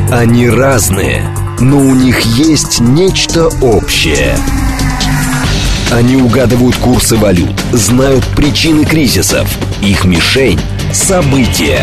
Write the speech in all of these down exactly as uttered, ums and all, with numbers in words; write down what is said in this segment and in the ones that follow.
Они разные, но у них есть нечто общее. Они угадывают курсы валют, знают причины кризисов. Их мишень – события.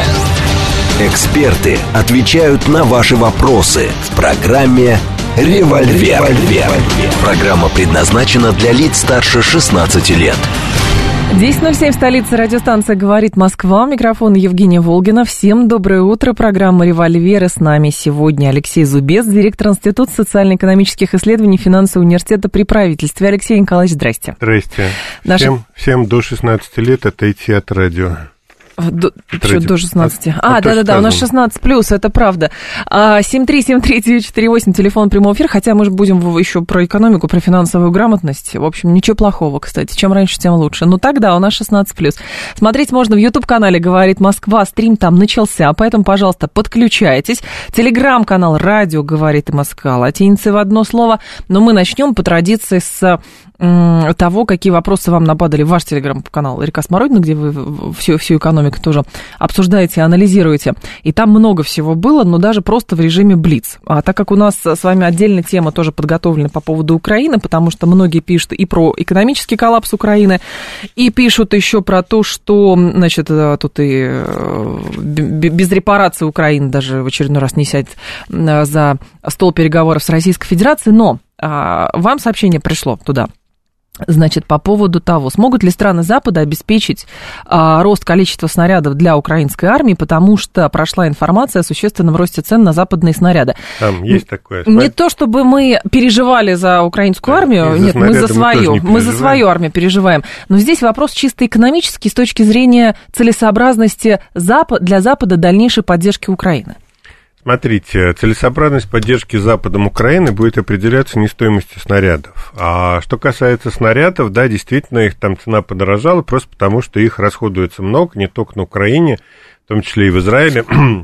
Эксперты отвечают на ваши вопросы в программе «Револьвер». Программа предназначена для лиц старше шестнадцати лет. десять ноль семь, столица, радиостанция «Говорит Москва». Микрофон Евгения Волгина. Всем доброе утро. Программа «Револьвер». И с нами сегодня Алексей Зубец, директор Института социально-экономических исследований Финансового университета при правительстве. Алексей Николаевич, здрасте. Здрасте. Наши... Всем, всем до шестнадцати лет отойти от радио. До, еще до шестнадцати. А, а да-да-да, у нас шестнадцать плюс, это правда. семь три семь три девять четыре восемь, телефон прямого эфира, хотя мы же будем еще про экономику, про финансовую грамотность. В общем, ничего плохого, кстати. Чем раньше, тем лучше. Ну тогда у нас шестнадцать плюс. Смотреть можно в YouTube-канале «Говорит Москва». Стрим там начался, поэтому, пожалуйста, подключайтесь. Телеграм-канал «Радио говорит Москва». Латиницей в одно слово. Но мы начнем по традиции с того, какие вопросы вам нападали в ваш телеграм-канал «Река Смородина», где вы всю, всю экономику тоже обсуждаете, анализируете. И там много всего было, но даже просто в режиме блиц. А так как у нас с вами отдельная тема тоже подготовлена по поводу Украины, потому что многие пишут и про экономический коллапс Украины, и пишут еще про то, что, значит, тут и без репарации Украина даже в очередной раз не сядет за стол переговоров с Российской Федерацией, но вам сообщение пришло туда. Значит, по поводу того, смогут ли страны Запада обеспечить а, рост количества снарядов для украинской армии, потому что прошла информация о существенном росте цен на западные снаряды. Там есть такое. Не смотри. То, чтобы мы переживали за украинскую да, армию, нет, мы за свою, мы, мы за свою армию переживаем. Но здесь вопрос чисто экономический с точки зрения целесообразности Запад, для Запада дальнейшей поддержки Украины. Смотрите, целесообразность поддержки Западом Украины будет определяться не стоимостью снарядов. А что касается снарядов, да, действительно, их там цена подорожала, просто потому что их расходуется много, не только на Украине, в том числе и в Израиле.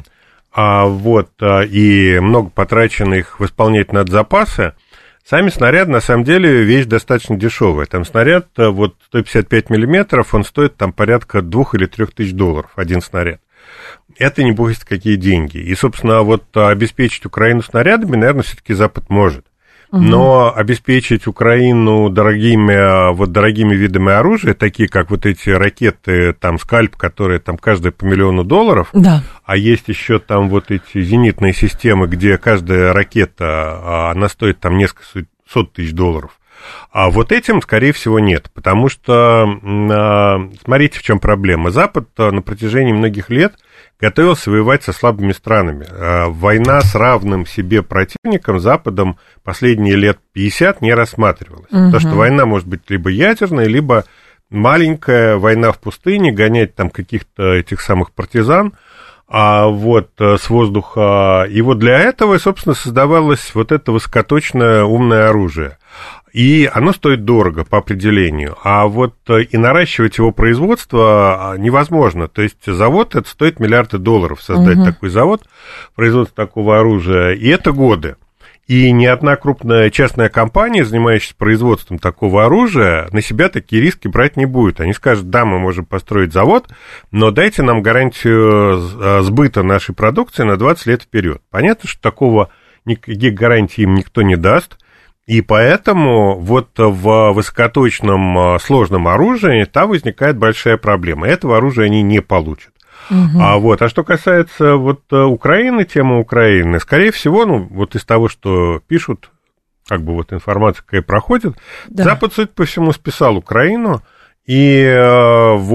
А вот, и много потрачено их восполнять надо запасы. Сами снаряды, на самом деле, вещь достаточно дешевая. Там снаряд, вот сто пятьдесят пять миллиметров, он стоит там порядка двух или трех тысяч долларов, один снаряд. Это не бог какие деньги. И, собственно, вот обеспечить Украину снарядами, наверное, все-таки Запад может. Угу. Но обеспечить Украину дорогими, вот, дорогими видами оружия, такие как вот эти ракеты, там, «Скальп», которые там каждая по миллиону долларов, да. А есть еще там вот эти зенитные системы, где каждая ракета, она стоит там несколько сот тысяч долларов. А вот этим, скорее всего, нет, потому что, смотрите, в чем проблема. Запад на протяжении многих лет готовился воевать со слабыми странами. Война с равным себе противником Западом последние лет пятьдесят не рассматривалась. Угу. Потому что война может быть либо ядерная, либо маленькая война в пустыне, гонять там каких-то этих самых партизан, а вот с воздуха. И вот для этого, собственно, создавалось вот это высокоточное умное оружие. И оно стоит дорого по определению, а вот и наращивать его производство невозможно. То есть завод, это стоит миллиарды долларов создать угу. такой завод, производство такого оружия, и это годы. И ни одна крупная частная компания, занимающаяся производством такого оружия, на себя такие риски брать не будет. Они скажут, да, мы можем построить завод, но дайте нам гарантию сбыта нашей продукции на двадцать лет вперед. Понятно, что такого никаких гарантий им никто не даст. И поэтому вот в высокоточном сложном оружии там возникает большая проблема. Этого оружия они не получат. Угу. А, вот, а что касается вот Украины, темы Украины, скорее всего, ну, вот из того, что пишут, как бы вот информация какая проходит, да. Запад, судя по всему, списал Украину. И, в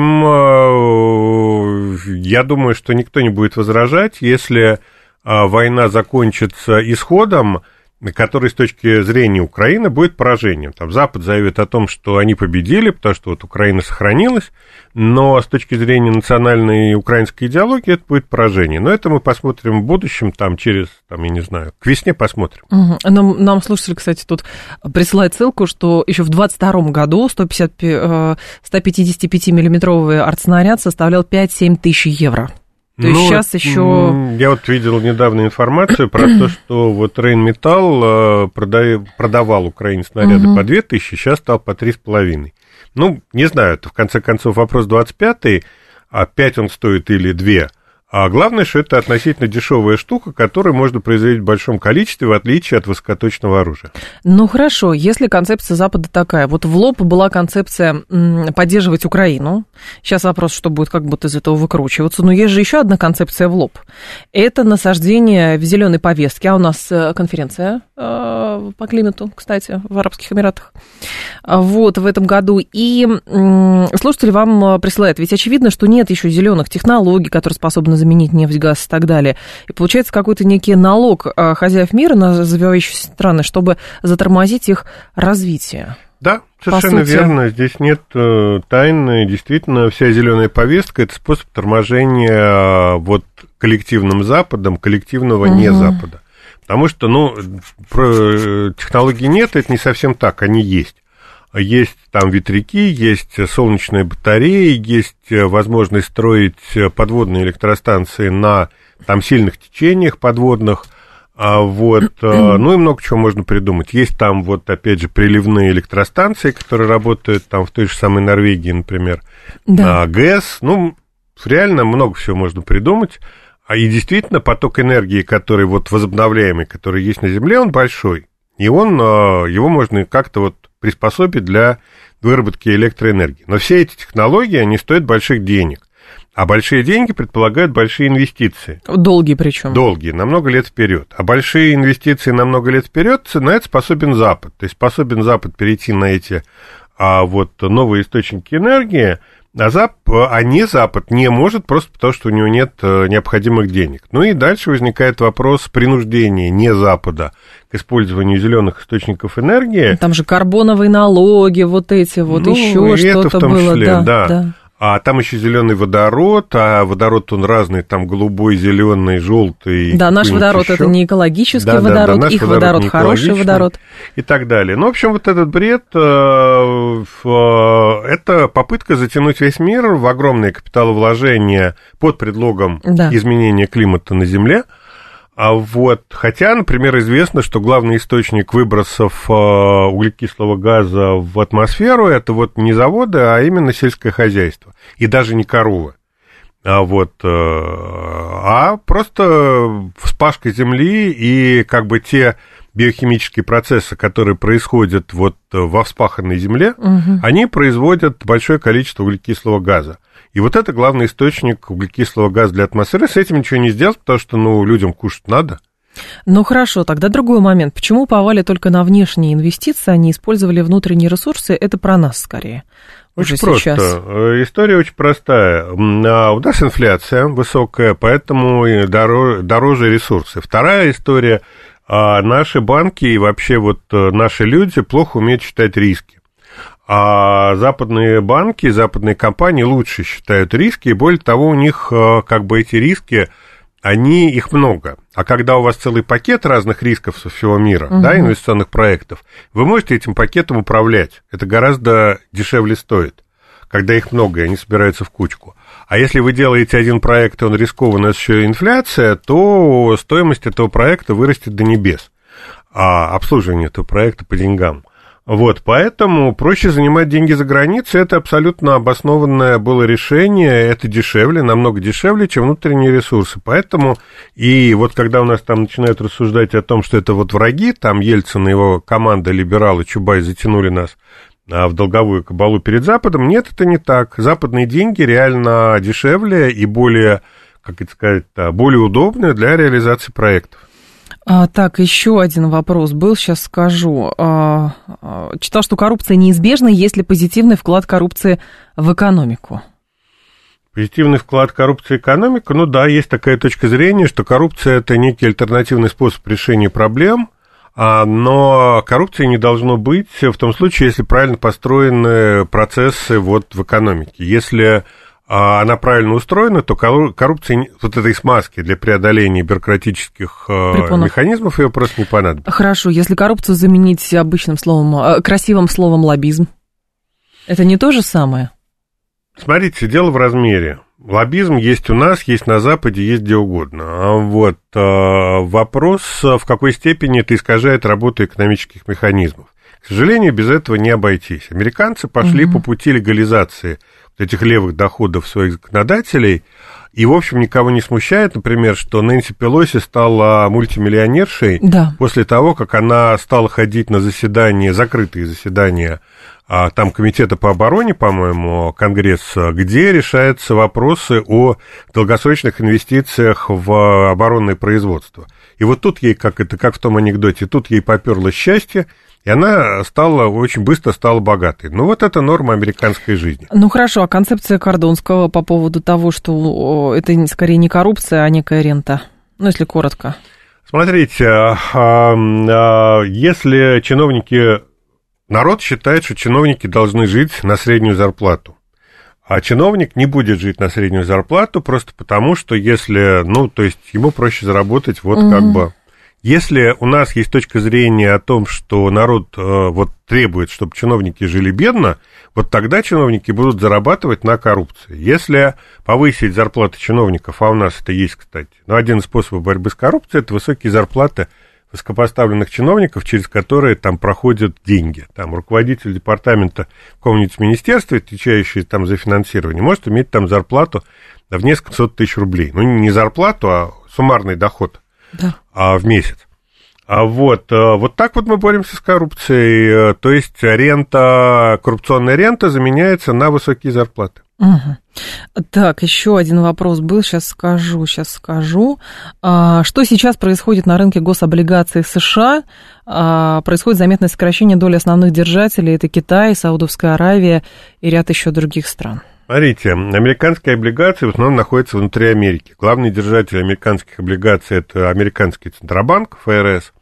общем, я думаю, что никто не будет возражать, если война закончится исходом, который с точки зрения Украины будет поражением. Там Запад заявит о том, что они победили, потому что вот Украина сохранилась, но с точки зрения национальной украинской идеологии это будет поражение. Но это мы посмотрим в будущем, там через, там, я не знаю, к весне посмотрим. Угу. Нам, нам слушатель, кстати, тут присылает ссылку, что еще в двадцать втором году сто пятьдесят миллиметровый артснаряд составлял пять-семь тысяч евро. То есть ну, сейчас еще... Я вот видел недавно информацию про то, что вот Рейнметалл продавал Украине снаряды угу. по две тысячи, сейчас стал по три с половиной. Ну, не знаю, это в конце концов вопрос двадцать пятый, а пять он стоит или две. А главное, что это относительно дешевая штука, которую можно производить в большом количестве, в отличие от высокоточного оружия. Ну, хорошо, если концепция Запада такая. Вот в лоб была концепция м, поддерживать Украину. Сейчас вопрос, что будет как будто из этого выкручиваться. Но есть же еще одна концепция в лоб. Это насаждение в зеленой повестке. А у нас конференция э, по климату, кстати, в Арабских Эмиратах. Вот, в этом году. И м, слушатели вам присылают. Ведь очевидно, что нет еще зеленых технологий, которые способны заменить нефть, газ и так далее. И получается какой-то некий налог хозяев мира на развивающиеся страны, чтобы затормозить их развитие. Да, совершенно верно. Здесь нет э, тайны. Действительно, вся зеленая повестка – это способ торможения э, вот, коллективным Западом, коллективного угу. не Запада. Потому что, ну, про, э, технологий нет, это не совсем так, они есть. Есть там ветряки, есть солнечные батареи, есть возможность строить подводные электростанции на там сильных течениях подводных, вот, ну и много чего можно придумать. Есть там вот, опять же, приливные электростанции, которые работают там в той же самой Норвегии, например, да. ГЭС, ну, реально много всего можно придумать. И действительно, поток энергии, который вот возобновляемый, который есть на Земле, он большой, и он, его можно как-то вот приспособить для выработки электроэнергии. Но все эти технологии, они стоят больших денег. А большие деньги предполагают большие инвестиции. Долгие причем. Долгие, на много лет вперед. А большие инвестиции на много лет вперед, на это способен Запад. То есть способен Запад перейти на эти а, вот, новые источники энергии, а, Зап... а не Запад не может просто потому, что у него нет необходимых денег. Ну и дальше возникает вопрос принуждения не Запада к использованию зеленых источников энергии. Там же карбоновые налоги, вот эти вот, ну, еще что-то в том было. Числе, да, да. да. А там еще зеленый водород, а водород он разный, там голубой, зеленый, желтый. Да, наш водород еще. Это не экологический да, водород, да, да, их водород, водород хороший водород. И так далее. Ну, в общем, вот этот бред, это попытка затянуть весь мир в огромные капиталовложения под предлогом да. изменения климата на Земле. А вот, хотя, например, известно, что главный источник выбросов углекислого газа в атмосферу это вот не заводы, а именно сельское хозяйство. И даже не коровы. А, вот, а просто вспашка земли и как бы те биохимические процессы, которые происходят вот во вспаханной земле, угу. они производят большое количество углекислого газа. И вот это главный источник углекислого газа для атмосферы. С этим ничего не сделать, потому что, ну, людям кушать надо. Ну, хорошо, тогда другой момент. Почему уповали только на внешние инвестиции, а не использовали внутренние ресурсы? Это про нас скорее. Очень просто. Сейчас. История очень простая. У нас инфляция высокая, поэтому дороже, дороже ресурсы. Вторая история. Наши банки и вообще вот наши люди плохо умеют считать риски. А западные банки, западные компании лучше считают риски, и более того, у них как бы эти риски, они, их много. А когда у вас целый пакет разных рисков со всего мира, угу. да, инвестиционных проектов, вы можете этим пакетом управлять. Это гораздо дешевле стоит, когда их много, и они собираются в кучку. А если вы делаете один проект, и он рискован, у нас еще инфляция, то стоимость этого проекта вырастет до небес. А обслуживание этого проекта по деньгам. Вот, поэтому проще занимать деньги за границей, это абсолютно обоснованное было решение, это дешевле, намного дешевле, чем внутренние ресурсы, поэтому, и вот когда у нас там начинают рассуждать о том, что это вот враги, там Ельцин и его команда, либералы, Чубай затянули нас в долговую кабалу перед Западом, нет, это не так, западные деньги реально дешевле и более, как это сказать, более удобные для реализации проектов. А, так, еще один вопрос был, сейчас скажу. А, а, читал, что коррупция неизбежна, есть ли позитивный вклад коррупции в экономику? Позитивный вклад коррупции в экономику? Ну да, есть такая точка зрения, что коррупция – это некий альтернативный способ решения проблем, а, но коррупции не должно быть в том случае, если правильно построены процессы вот в экономике. Если она правильно устроена, то коррупции, вот этой смазки для преодоления бюрократических Препонов. механизмов ее просто не понадобится. Хорошо, если коррупцию заменить обычным словом, красивым словом лоббизм, это не то же самое? Смотрите, дело в размере. Лоббизм есть у нас, есть на Западе, есть где угодно. Вот вопрос, в какой степени это искажает работу экономических механизмов. К сожалению, без этого не обойтись. Американцы пошли угу. по пути легализации этих левых доходов своих законодателей, И, в общем, никого не смущает, например, что Нэнси Пелоси стала мультимиллионершей да. после того, как она стала ходить на заседания, закрытые заседания, там Комитета по обороне, по-моему, Конгресса, где решаются вопросы о долгосрочных инвестициях в оборонное производство. И вот тут ей, как это, как в том анекдоте, тут ей поперло счастье, и она стала, очень быстро стала богатой. Ну, вот это норма американской жизни. Ну, хорошо, а концепция Кордонского по поводу того, что это скорее не коррупция, а некая рента? Ну, если коротко. Смотрите, если чиновники... Народ считает, что чиновники должны жить на среднюю зарплату. А чиновник не будет жить на среднюю зарплату просто потому, что если... Ну, то есть ему проще заработать вот mm-hmm. как бы... Если у нас есть точка зрения о том, что народ э, вот требует, чтобы чиновники жили бедно, вот тогда чиновники будут зарабатывать на коррупции. Если повысить зарплаты чиновников, а у нас это есть, кстати, ну, один из способов борьбы с коррупцией – это высокие зарплаты высокопоставленных чиновников, через которые там проходят деньги. Там руководитель департамента в каком-нибудь министерстве, отвечающий там за финансирование, может иметь там зарплату в несколько сот тысяч рублей. Ну, не зарплату, а суммарный доход. Да. А, в месяц. А вот, вот так вот мы боремся с коррупцией. То есть рента, коррупционная рента заменяется на высокие зарплаты. Угу. Так, еще один вопрос был, сейчас скажу, сейчас скажу. А, что сейчас происходит на рынке гособлигаций США? А, происходит заметное сокращение доли основных держателей. Это Китай, Саудовская Аравия и ряд еще других стран. Смотрите, американские облигации в основном находятся внутри Америки. Главный держатель американских облигаций – это американский Центробанк, эф эр эс,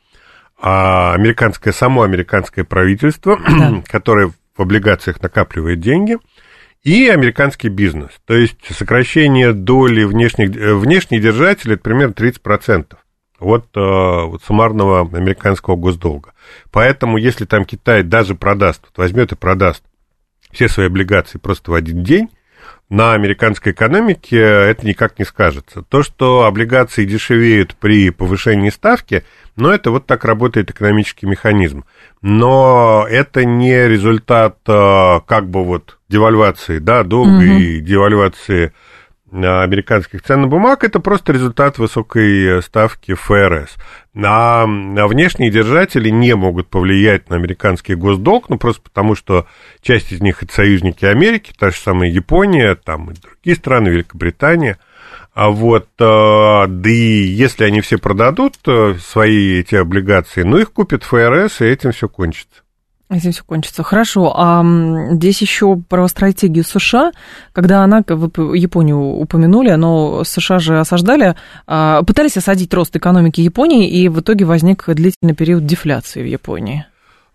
а американское, само американское правительство, да. которое в облигациях накапливает деньги, и американский бизнес. То есть сокращение доли внешних, внешних держателей – это примерно тридцать процентов от, от суммарного американского госдолга. Поэтому если там Китай даже продаст, вот возьмет и продаст все свои облигации просто в один день, на американской экономике это никак не скажется. То, что облигации дешевеют при повышении ставки, ну, это вот так работает экономический механизм. Но это не результат как бы вот девальвации, да, долга угу. и девальвации американских ценных бумаг, это просто результат высокой ставки эф эр эс. А внешние держатели не могут повлиять на американский госдолг, ну, просто потому, что часть из них это союзники Америки, та же самая Япония, там и другие страны, Великобритания. А вот, да и если они все продадут свои эти облигации, ну, их купит эф эр эс, и этим все кончится. Этим все кончится. Хорошо. А здесь еще про стратегию США, когда она, вы Японию упомянули, но США же осаждали, пытались осадить рост экономики Японии, и в итоге возник длительный период дефляции в Японии.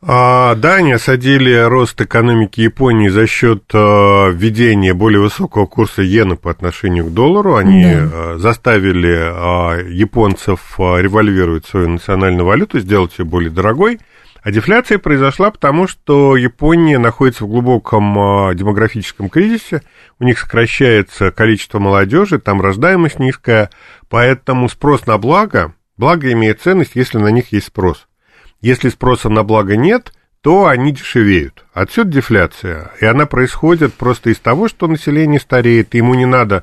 А, да, они осадили рост экономики Японии за счет а, введения более высокого курса иены по отношению к доллару. Они да. а, заставили а, японцев а, револьвировать свою национальную валюту, сделать ее более дорогой. А дефляция произошла потому, что Япония находится в глубоком а, демографическом кризисе, у них сокращается количество молодежи, там рождаемость низкая, поэтому спрос на благо, благо имеет ценность, если на них есть спрос. Если спроса на благо нет, то они дешевеют. Отсюда дефляция, и она происходит просто из того, что население стареет, ему не надо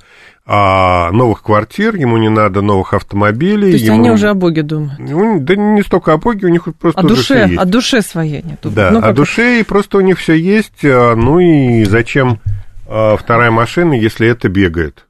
а, новых квартир, ему не надо новых автомобилей. То есть ему... они уже о Боге думают? Ну, да не столько о Боге, у них просто о уже душе, все есть. О душе своей нет. Да, ну, о душе, и просто у них все есть, ну и зачем а, вторая машина, если это бегает?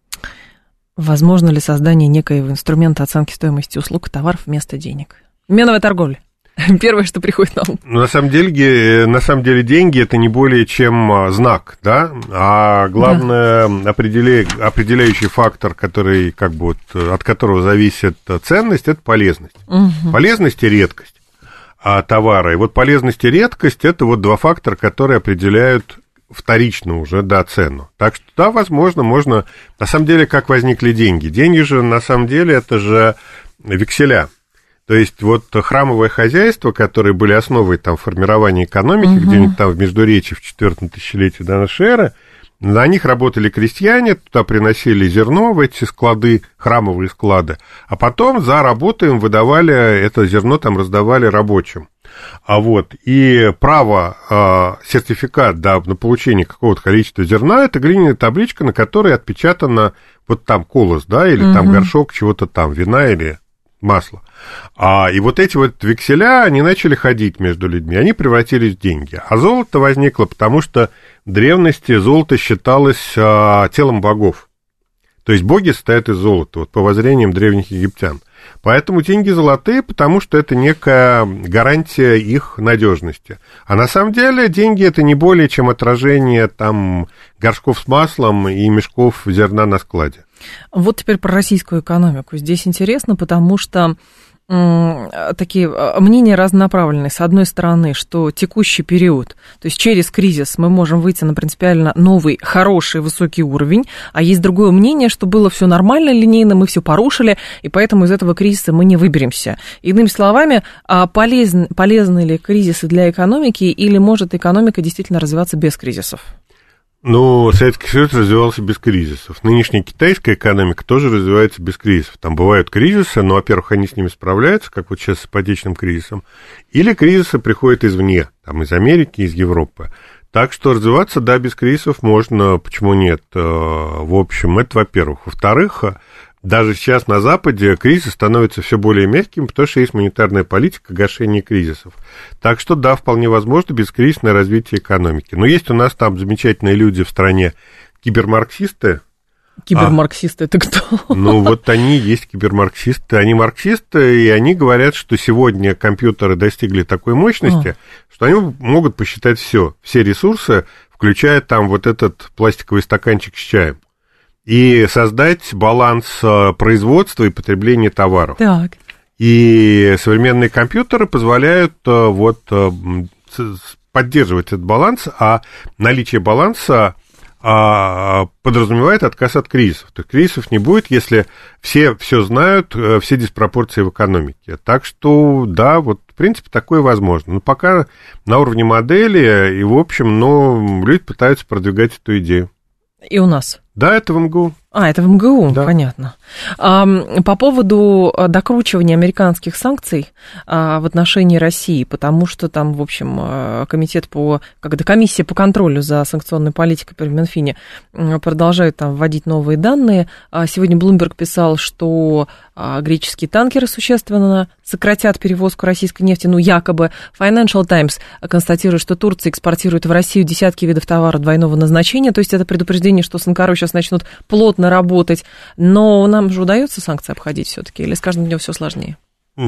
Возможно ли создание некоего инструмента оценки стоимости услуг и товаров вместо денег? Меновая торговля. Первое, что приходит на ум. На самом деле, на самом деле деньги – это не более чем знак, да? А главное, да. определя... определяющий фактор, который, как бы, вот, от которого зависит ценность – это полезность. Угу. Полезность и редкость а товара. И вот полезность и редкость – это вот два фактора, которые определяют вторично уже, да, цену. Так что, да, возможно, можно... На самом деле, как возникли деньги? Деньги же, на самом деле, это же векселя. То есть вот храмовое хозяйство, которые были основой там формирования экономики, угу. где-нибудь там в Междуречии в четвёртом тысячелетии до нашей эры, На них работали крестьяне, туда приносили зерно в эти склады, храмовые склады, а потом за работу им выдавали это зерно, там раздавали рабочим. А вот, и право, э, сертификат, да, на получение какого-то количества зерна, это глиняная табличка, на которой отпечатано вот там колос, да, или там угу. горшок чего-то там, вина или масла. А, и вот эти вот векселя, они начали ходить между людьми, они превратились в деньги. А золото возникло, потому что в древности золото считалось а, телом богов. То есть боги состоят из золота, вот по воззрениям древних египтян. Поэтому деньги золотые, потому что это некая гарантия их надежности. А на самом деле деньги это не более чем отражение там горшков с маслом и мешков зерна на складе. Вот теперь про российскую экономику. Здесь интересно, потому что м, такие мнения разнонаправленные. С одной стороны, что текущий период, то есть через кризис мы можем выйти на принципиально новый, хороший, высокий уровень, а есть другое мнение, что было все нормально, линейно, мы все порушили, и поэтому из этого кризиса мы не выберемся. Иными словами, полезны, полезны ли кризисы для экономики, или может экономика действительно развиваться без кризисов? Ну, Советский Союз развивался без кризисов. Нынешняя китайская экономика тоже развивается без кризисов. Там бывают кризисы, но, во-первых, они с ними справляются, как вот сейчас с ипотечным кризисом, или кризисы приходят извне, там, из Америки, из Европы. Так что развиваться, да, без кризисов можно, почему нет? В общем, это во-первых. Во-вторых, даже сейчас на Западе кризис становится все более мягким, потому что есть монетарная политика гашения кризисов. Так что, да, вполне возможно бескризисное развитие экономики. Но есть у нас там замечательные люди в стране, кибермарксисты. Кибермарксисты, а, это кто? Ну, вот они есть кибермарксисты. Они марксисты, и они говорят, что сегодня компьютеры достигли такой мощности, а. что они могут посчитать все, все ресурсы, включая там вот этот пластиковый стаканчик с чаем, и создать баланс производства и потребления товаров. Так. И современные компьютеры позволяют вот поддерживать этот баланс, а наличие баланса подразумевает отказ от кризисов. То есть кризисов не будет, если все все знают, все диспропорции в экономике. Так что, да, вот, в принципе, такое возможно. Но пока на уровне модели, и, в общем, ну, люди пытаются продвигать эту идею. И у нас? Да, это в эм гэ у. А, это в эм гэ у, да. Понятно. А, по поводу докручивания американских санкций а, в отношении России, потому что там, в общем, комитет по, как это, комиссия по контролю за санкционной политикой при Минфине продолжает там вводить новые данные. Сегодня Bloomberg писал, что греческие танкеры существенно сократят перевозку российской нефти, ну, якобы. Financial Times констатирует, что Турция экспортирует в Россию десятки видов товаров двойного назначения, то есть это предупреждение, что с Анкарой сейчас начнут плотно работать, но нам же удается санкции обходить все-таки, или с каждым днем все сложнее?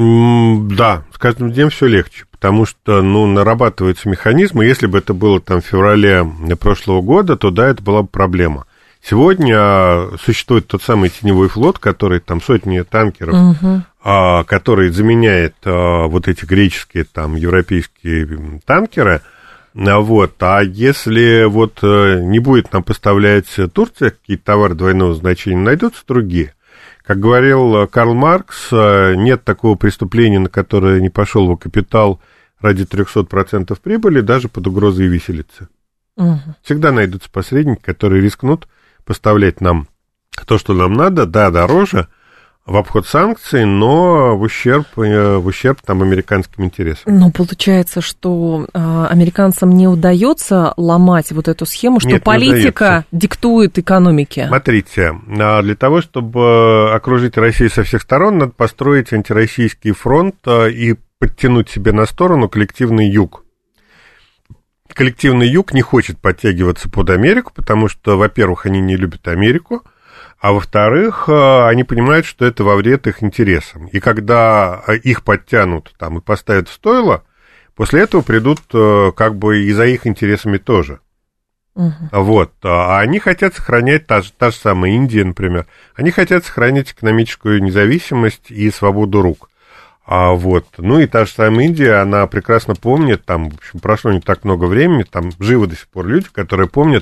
Да, с каждым днем все легче, потому что, ну, нарабатываются механизмы. Если бы это было там в феврале прошлого года, то да, это была бы проблема. Сегодня существует тот самый теневой флот, который там сотни танкеров, угу. а, который заменяет а, вот эти греческие там европейские танкеры. Вот. А если вот не будет нам поставлять Турция какие-то товары двойного значения, найдутся другие. Как говорил Карл Маркс, нет такого преступления, на которое не пошел бы капитал ради триста процентов прибыли, даже под угрозой виселицы. Угу. Всегда найдутся посредники, которые рискнут поставлять нам то, что нам надо, да, дороже, в обход санкций, но в ущерб, в ущерб там, американским интересам. Но получается, что э, американцам не удается ломать вот эту схему, что Нет, политика диктует экономике. Смотрите, для того, чтобы окружить Россию со всех сторон, надо построить антироссийский фронт и подтянуть себе на сторону коллективный юг. Коллективный юг не хочет подтягиваться под Америку, потому что, во-первых, они не любят Америку, а во-вторых, они понимают, что это во вред их интересам. И когда их подтянут там, и поставят в стойло, после этого придут как бы и за их интересами тоже. Угу. Вот. А они хотят сохранять, та же, та же самая Индия, например, они хотят сохранять экономическую независимость и свободу рук. А вот. Ну и та же самая Индия, она прекрасно помнит, там, в общем, прошло не так много времени, там живы до сих пор люди, которые помнят,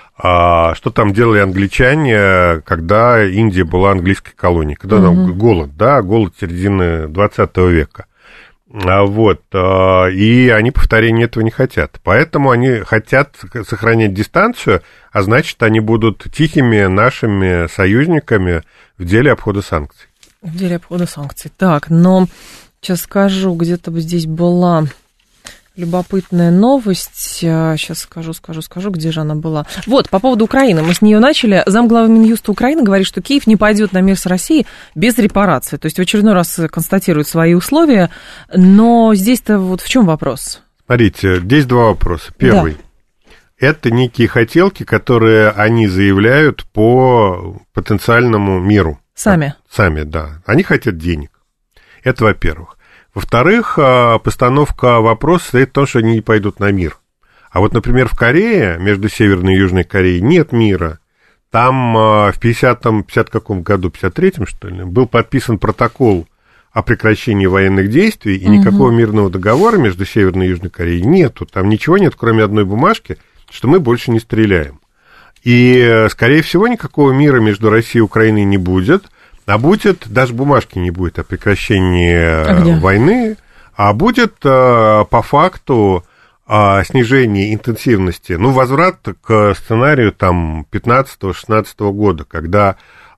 а, что там делали англичане, когда Индия была английской колонией, когда угу. там голод, да, голод середины двадцатого века. Вот, и они повторения этого не хотят. Поэтому они хотят сохранять дистанцию, а значит, они будут тихими нашими союзниками в деле обхода санкций. В деле обхода санкций. Так, но сейчас скажу, где-то бы здесь была любопытная новость. Сейчас скажу, скажу, скажу, где же она была. Вот, по поводу Украины. Мы с нее начали. Замглавы Минюста Украины говорит, что Киев не пойдет на мир с Россией без репарации. То есть в очередной раз констатирует свои условия. Но здесь-то вот в чем вопрос? Смотрите, здесь два вопроса. Первый. Да. Это некие хотелки, которые они заявляют по потенциальному миру. Сами? Сами, да. Они хотят денег. Это во-первых. Во-вторых, постановка вопроса стоит в том, что они не пойдут на мир. А вот, например, в Корее, между Северной и Южной Кореей, нет мира. Там в пятидесятом, пятидесятом каком году, пятьдесят третьем, что ли, был подписан протокол о прекращении военных действий, и угу. никакого мирного договора между Северной и Южной Кореей нету. Там ничего нет, кроме одной бумажки, что мы больше не стреляем. И, скорее всего, никакого мира между Россией и Украиной не будет. А будет, даже бумажки не будет о прекращении а войны, а будет по факту снижение интенсивности, ну, возврат к сценарию там пятнадцатого-шестнадцатого года, когда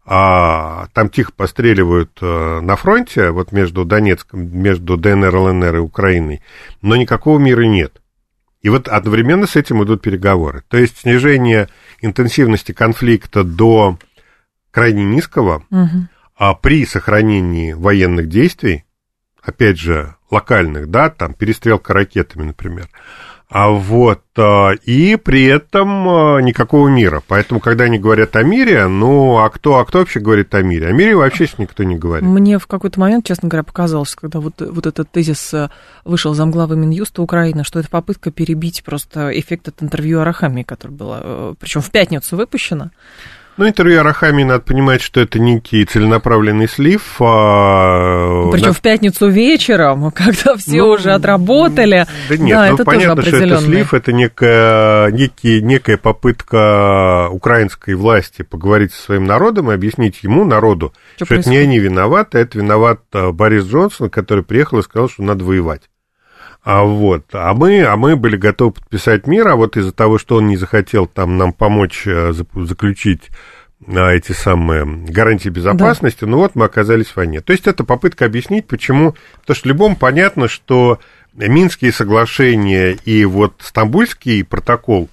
а, там тихо постреливают на фронте, вот между Донецком, между ДНР, ЛНР и Украиной, но никакого мира нет. И вот одновременно с этим идут переговоры. То есть снижение интенсивности конфликта до крайне низкого, угу. а при сохранении военных действий, опять же, локальных, да, там, перестрелка ракетами, например, а вот, и при этом никакого мира. Поэтому, когда они говорят о мире, ну, а кто, а кто вообще говорит о мире? О мире вообще никто не говорит. Мне в какой-то момент, честно говоря, показалось, когда вот, вот этот тезис вышел замглавы Минюста Украины, что это попытка перебить просто эффект от интервью Арахамии, которое было, причем в пятницу выпущено. Ну, интервью Арахамии, надо понимать, что это некий целенаправленный слив. А... Причем да. в пятницу вечером, когда все ну, уже отработали. Да нет, да, ну, это понятно, тоже что это слив, это некая, некий, некая попытка украинской власти поговорить со своим народом и объяснить ему, народу, что, что это не они виноваты, это виноват Борис Джонсон, который приехал и сказал, что надо воевать. А, вот, а, мы, а мы были готовы подписать мир, а вот из-за того, что он не захотел там, нам помочь заключить эти самые гарантии безопасности, да. ну вот мы оказались в войне. То есть это попытка объяснить, почему, потому что любому понятно, что Минские соглашения и вот Стамбульский протокол,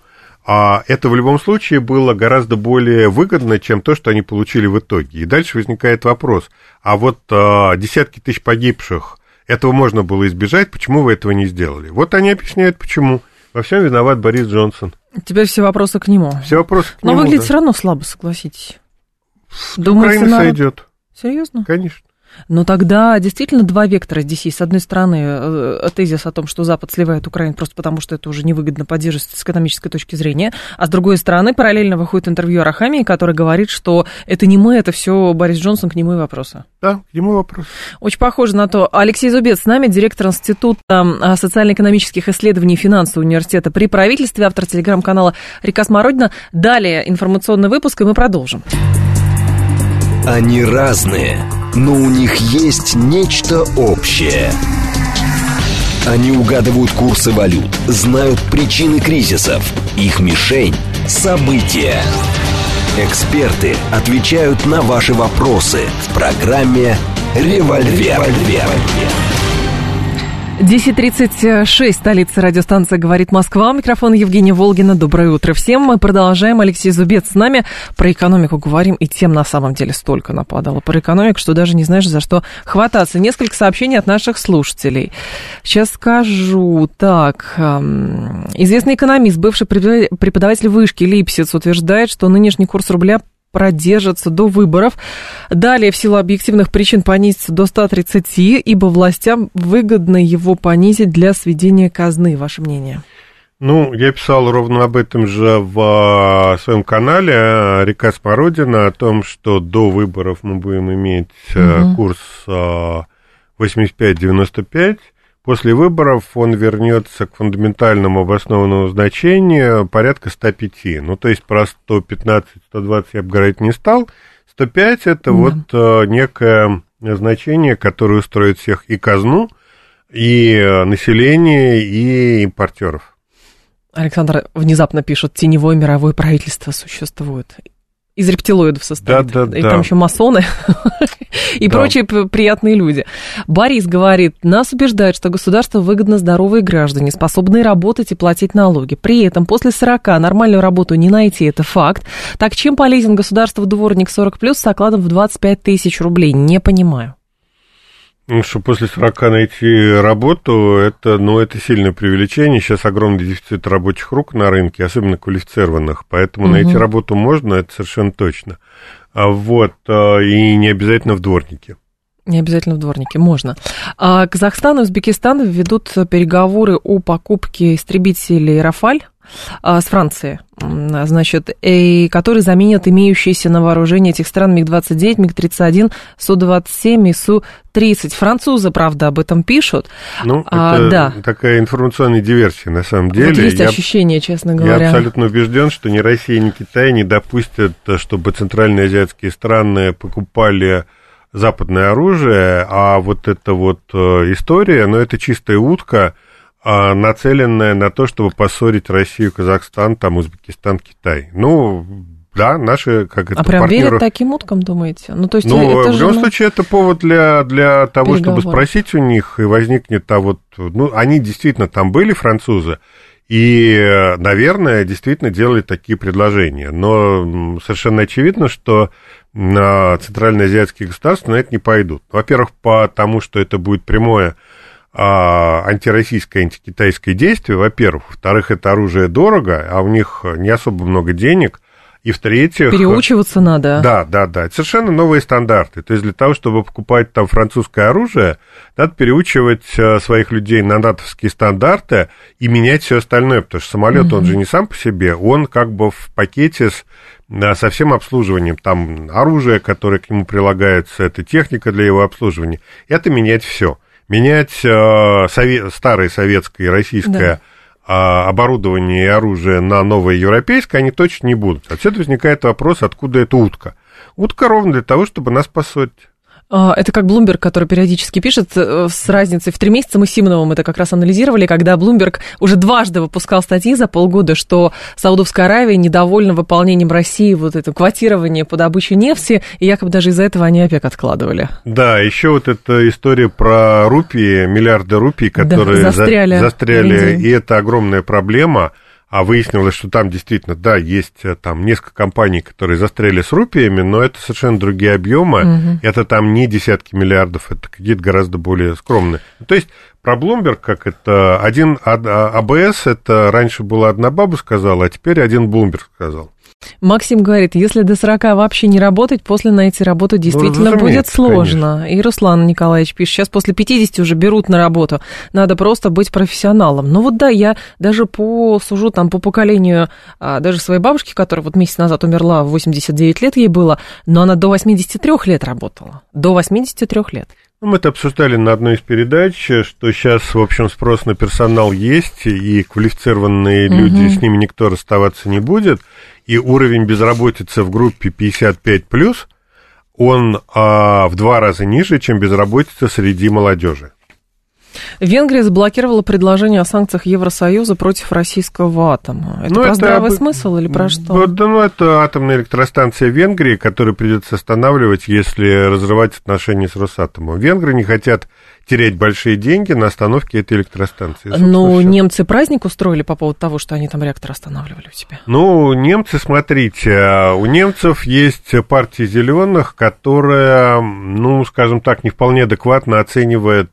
а это в любом случае было гораздо более выгодно, чем то, что они получили в итоге. И дальше возникает вопрос, а вот а, десятки тысяч погибших, этого можно было избежать, почему вы этого не сделали? Вот они объясняют, почему. Во всем виноват Борис Джонсон. Теперь все вопросы к нему. Все вопросы к Но нему, Но выглядит да. все равно слабо, согласитесь. Украина народ... сойдет. Серьезно? Конечно. Ну, тогда действительно два вектора здесь есть. С одной стороны, тезис о том, что Запад сливает Украину просто потому, что это уже невыгодно поддерживать с экономической точки зрения. А с другой стороны, параллельно выходит интервью Арахамии, который говорит, что это не мы, это все Борис Джонсон, к нему и вопросы. Да, к нему вопросы. Очень похоже на то. Алексей Зубец с нами, директор Института социально-экономических исследований финансового университета при правительстве, автор телеграм-канала «Река Смородина». Далее информационный выпуск, и мы продолжим. Они разные, но у них есть нечто общее. Они угадывают курсы валют, знают причины кризисов. Их мишень – события. Эксперты отвечают на ваши вопросы в программе «Револьвер». десять тридцать шесть, столица радиостанции «Говорит Москва». Микрофон Евгения Волгина. Доброе утро всем. Мы продолжаем. Алексей Зубец с нами. Про экономику говорим, и тем на самом деле столько нападало про экономику, что даже не знаешь, за что хвататься. Несколько сообщений от наших слушателей. Сейчас скажу. Так, известный экономист, бывший преподаватель вышки Липсиц утверждает, что нынешний курс рубля продержится до выборов. Далее, в силу объективных причин, понизится до ста тридцати, ибо властям выгодно его понизить для сведения казны. Ваше мнение? Ну, я писал ровно об этом же в своем канале «Река Смородина», о том, что до выборов мы будем иметь угу. курс восемьдесят пять девяносто пять. После выборов он вернется к фундаментальному обоснованному значению порядка ста пяти. Ну, то есть про сто пятнадцать - сто двадцать я бы говорить не стал. сто пять – это да. вот э, некое значение, которое устроит всех и казну, и населения, и импортеров. Александр внезапно пишет, теневое мировое правительство существует. Из рептилоидов состоит. Да, да, и да. там еще масоны и да. прочие приятные люди. Борис говорит, нас убеждают, что государству выгодно здоровые граждане, способные работать и платить налоги. При этом после сорока нормальную работу не найти, это факт. Так чем полезен государству дворник сорок плюс с окладом в двадцать пять тысяч рублей? Не понимаю. Ну, что после сорока найти работу, это, ну, это сильное преувеличение. Сейчас огромный дефицит рабочих рук на рынке, особенно квалифицированных. Поэтому угу. найти работу можно, это совершенно точно. А вот, и не обязательно в дворнике. Не обязательно в дворнике, можно. А Казахстан и Узбекистан ведут переговоры о покупке истребителей «Рафаль» с Францией, значит, и которые заменят имеющиеся на вооружении этих стран миг двадцать девять, миг тридцать один, Су двадцать семь и Су тридцать. Французы, правда, об этом пишут. Ну, а, это да. такая информационная диверсия, на самом деле. Вот есть я, ощущение, честно говоря. Я абсолютно убежден, что ни Россия, ни Китай не допустят, чтобы центральные азиатские страны покупали западное оружие, а вот эта вот история, ну, это чистая утка, нацеленная на то, чтобы поссорить Россию, Казахстан, там, Узбекистан, Китай. Ну, да, наши, как это, а прям партнеры... верят таким уткам, думаете? Ну, то есть ну, это в же, любом ну... случае, это повод для, для того, переговоры. Чтобы спросить у них, и возникнет, а вот, ну, они действительно там были, французы, и, наверное, действительно делали такие предложения. Но совершенно очевидно, что на центральноазиатские государства на это не пойдут. Во-первых, потому что это будет прямое а, антироссийское, антикитайское действие, во-первых. Во-вторых, это оружие дорого, а у них не особо много денег. И в-третьих... Переучиваться надо. Да, да, да. Это совершенно новые стандарты. То есть для того, чтобы покупать там французское оружие, надо переучивать своих людей на натовские стандарты и менять все остальное, потому что самолет, mm-hmm. он же не сам по себе, он как бы в пакете с со всем обслуживанием. Там оружие, которое к нему прилагается, это техника для его обслуживания. Это менять все. Менять э, сове- старое советское и российское... Да. оборудование и оружие на новое европейское, они точно не будут. Отсюда возникает вопрос, откуда эта утка. Утка ровно для того, чтобы нас поссорить. Это как Bloomberg, который периодически пишет с разницей в три месяца. Мы с Симоновым это как раз анализировали, когда Bloomberg уже дважды выпускал статьи за полгода, что Саудовская Аравия недовольна выполнением России вот это квотирование по добыче нефти, и якобы даже из-за этого они ОПЕК откладывали. Да, еще вот эта история про рупии, миллиарды рупий, которые да, застряли, за, застряли и это огромная проблема. А выяснилось, что там действительно, да, есть там несколько компаний, которые застряли с рупиями, но это совершенно другие объемы. Угу. Это там не десятки миллиардов, это какие-то гораздо более скромные. То есть про Bloomberg, как это, один АБС, это раньше была одна баба сказала, а теперь один Bloomberg сказал. Максим говорит, если до сорока вообще не работать, после найти работу действительно ну, будет сложно. Конечно. И Руслан Николаевич пишет, сейчас после пятидесяти уже берут на работу, надо просто быть профессионалом. Ну вот да, я даже по сужу там по поколению а, даже своей бабушки, которая вот месяц назад умерла, восемьдесят девять лет ей было, но она до восьмидесяти трёх лет работала, до восьмидесяти трёх лет. Мы это обсуждали на одной из передач, что сейчас, в общем, спрос на персонал есть, и квалифицированные угу. люди, с ними никто расставаться не будет, и уровень безработицы в группе пятьдесят пять плюс, он а, в два раза ниже, чем безработица среди молодежи. Венгрия заблокировала предложение о санкциях Евросоюза против российского атома. Это ну, про это здравый об... смысл или про что? Да, ну, это атомная электростанция Венгрии, которую придется останавливать, если разрывать отношения с Росатомом. Венгры не хотят терять большие деньги на остановке этой электростанции. Ну, немцы праздник устроили по поводу того, что они там реактор останавливали у себя. Ну, немцы, смотрите, у немцев есть партия зеленых, которая, ну, скажем так, не вполне адекватно оценивает...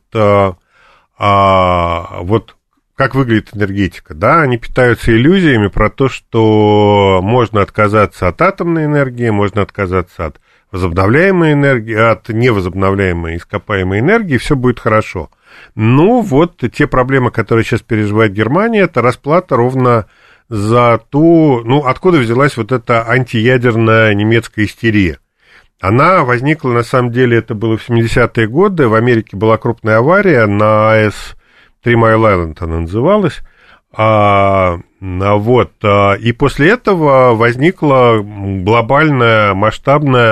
А, вот как выглядит энергетика, да, они питаются иллюзиями про то, что можно отказаться от атомной энергии, можно отказаться от возобновляемой энергии, от невозобновляемой ископаемой энергии, все будет хорошо. Ну, вот те проблемы, которые сейчас переживает Германия, это расплата ровно за ту, ну, откуда взялась вот эта антиядерная немецкая истерия. Она возникла, на самом деле, это было в семидесятые годы, в Америке была крупная авария на АЭС Three Mile Island, она называлась, а, вот, а, и после этого возникла глобальная, масштабная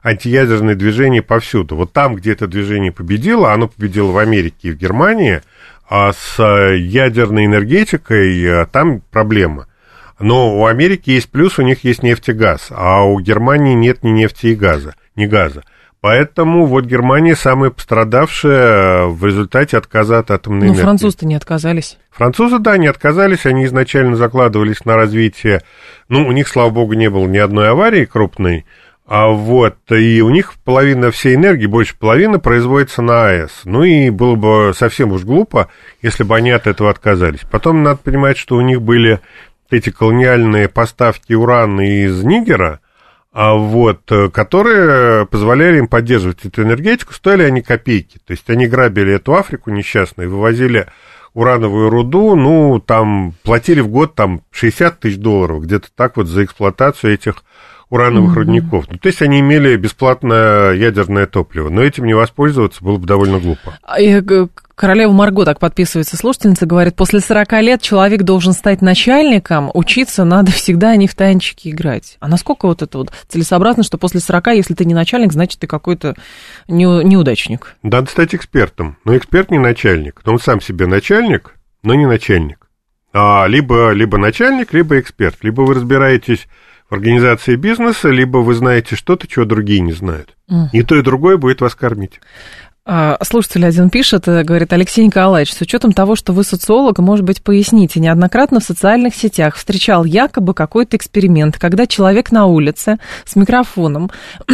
антиядерное движение повсюду. Вот там, где это движение победило, оно победило в Америке и в Германии, а с ядерной энергетикой там проблема. Но у Америки есть плюс, у них есть нефть и газ, а у Германии нет ни нефти и газа, ни газа. Поэтому вот Германия самая пострадавшая в результате отказа от атомной энергии. Ну, французы-то не отказались. Французы, да, не отказались, они изначально закладывались на развитие, ну, у них, слава богу, не было ни одной аварии крупной, а вот, и у них половина всей энергии, больше половины, производится на АЭС. Ну, и было бы совсем уж глупо, если бы они от этого отказались. Потом надо понимать, что у них были эти колониальные поставки урана из Нигера, а вот, которые позволяли им поддерживать эту энергетику, стоили они копейки. То есть они грабили эту Африку несчастную, вывозили урановую руду, ну, там, платили в год там шестьдесят тысяч долларов, где-то так вот за эксплуатацию этих урановых mm-hmm. рудников. Ну, то есть они имели бесплатное ядерное топливо, но этим не воспользоваться было бы довольно глупо. Королева Марго так подписывается, слушательница, говорит, после сорока лет человек должен стать начальником, учиться надо всегда, а не в танчики играть. А насколько вот это вот целесообразно, что после сорока, если ты не начальник, значит, ты какой-то неудачник? Надо стать экспертом, но эксперт не начальник, но он сам себе начальник, но не начальник. А, либо, либо начальник, либо эксперт, либо вы разбираетесь в организации бизнеса, либо вы знаете что-то, чего другие не знают. Mm. И то, и другое будет вас кормить. Слушатель один пишет, говорит, Алексей Николаевич, с учетом того, что вы социолог, может быть, поясните, неоднократно в социальных сетях встречал якобы какой-то эксперимент, когда человек на улице с микрофоном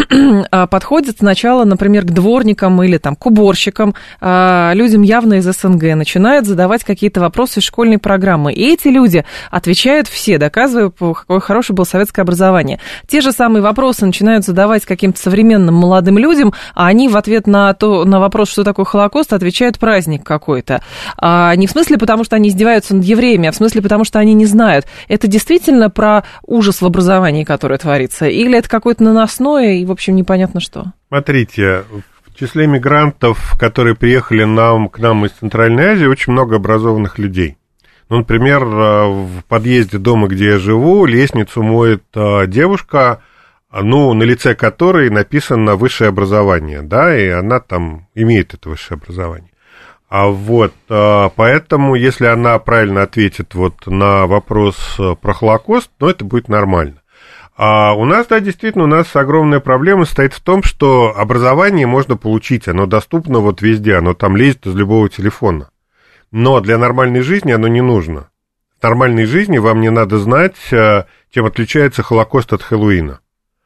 подходит сначала, например, к дворникам или там, к уборщикам, людям явно из СНГ, начинает задавать какие-то вопросы из школьной программы. И эти люди отвечают все, доказывая, какое хорошее было советское образование. Те же самые вопросы начинают задавать каким-то современным молодым людям, а они в ответ на то, на вопрос, что такое Холокост, отвечают праздник какой-то. А не в смысле, потому что они издеваются над евреями, а в смысле, потому что они не знают. Это действительно про ужас в образовании, которое творится? Или это какое-то наносное и, в общем, непонятно что? Смотрите, в числе мигрантов, которые приехали нам, к нам из Центральной Азии, очень много образованных людей. Ну, например, в подъезде дома, где я живу, лестницу моет девушка, ну, на лице которой написано высшее образование, да, и она там имеет это высшее образование. А вот, поэтому, если она правильно ответит вот на вопрос про Холокост, ну, это будет нормально. А у нас, да, действительно, у нас огромная проблема состоит в том, что образование можно получить, оно доступно вот везде, оно там лезет из любого телефона. Но для нормальной жизни оно не нужно. В нормальной жизни вам не надо знать, чем отличается Холокост от Хэллоуина.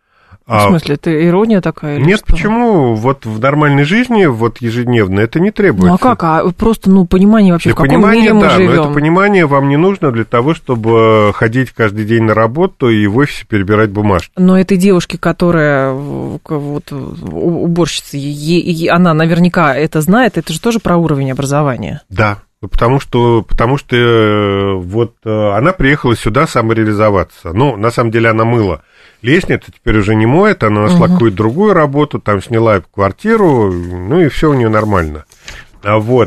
В смысле, это ирония такая? Нет, что? Почему? Вот в нормальной жизни, вот ежедневно, это не требуется. Ну, а как? А просто, ну, понимание вообще, для в каком понимания, мире мы да, живем? Но это понимание вам не нужно для того, чтобы ходить каждый день на работу и в офисе перебирать бумажки. Но этой девушке, которая вот, уборщица, ей, она наверняка это знает, это же тоже про уровень образования. Да. Потому что, потому что вот она приехала сюда самореализоваться. Ну, на самом деле она мыла лестницу, теперь уже не моет, она нашла угу. какую-то другую работу, там сняла квартиру, ну и все у нее нормально. Вот,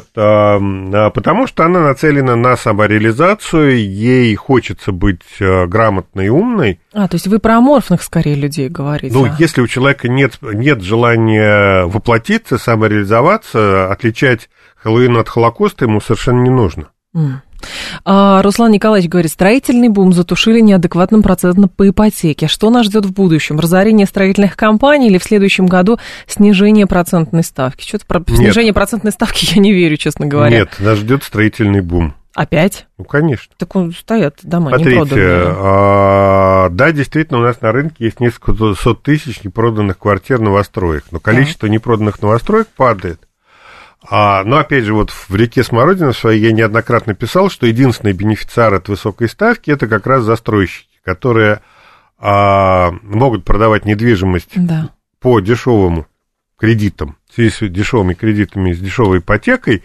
потому что она нацелена на самореализацию, ей хочется быть грамотной и умной. А, то есть вы про аморфных, скорее, людей говорите? Ну, если у человека нет, нет желания воплотиться, самореализоваться, отличать Хэллоуин от Холокоста ему совершенно не нужно. Mm. А, Руслан Николаевич говорит, строительный бум затушили неадекватным процентом по ипотеке. Что нас ждет в будущем? Разорение строительных компаний или в следующем году снижение процентной ставки? Что-то про Нет. снижение процентной ставки я не верю, честно говоря. Нет, нас ждет строительный бум. Опять? Ну, конечно. Так стоят дома Смотрите, непроданные. А, да, действительно, у нас на рынке есть несколько сот тысяч непроданных квартир новостроек, но количество да. непроданных новостроек падает. А, но, опять же, вот в реке Смородина своей я неоднократно писал, что единственный бенефициар от высокой ставки – это как раз застройщики, которые а, могут продавать недвижимость да. по дешевым кредитам, в связи с дешевыми кредитами, с дешевой ипотекой,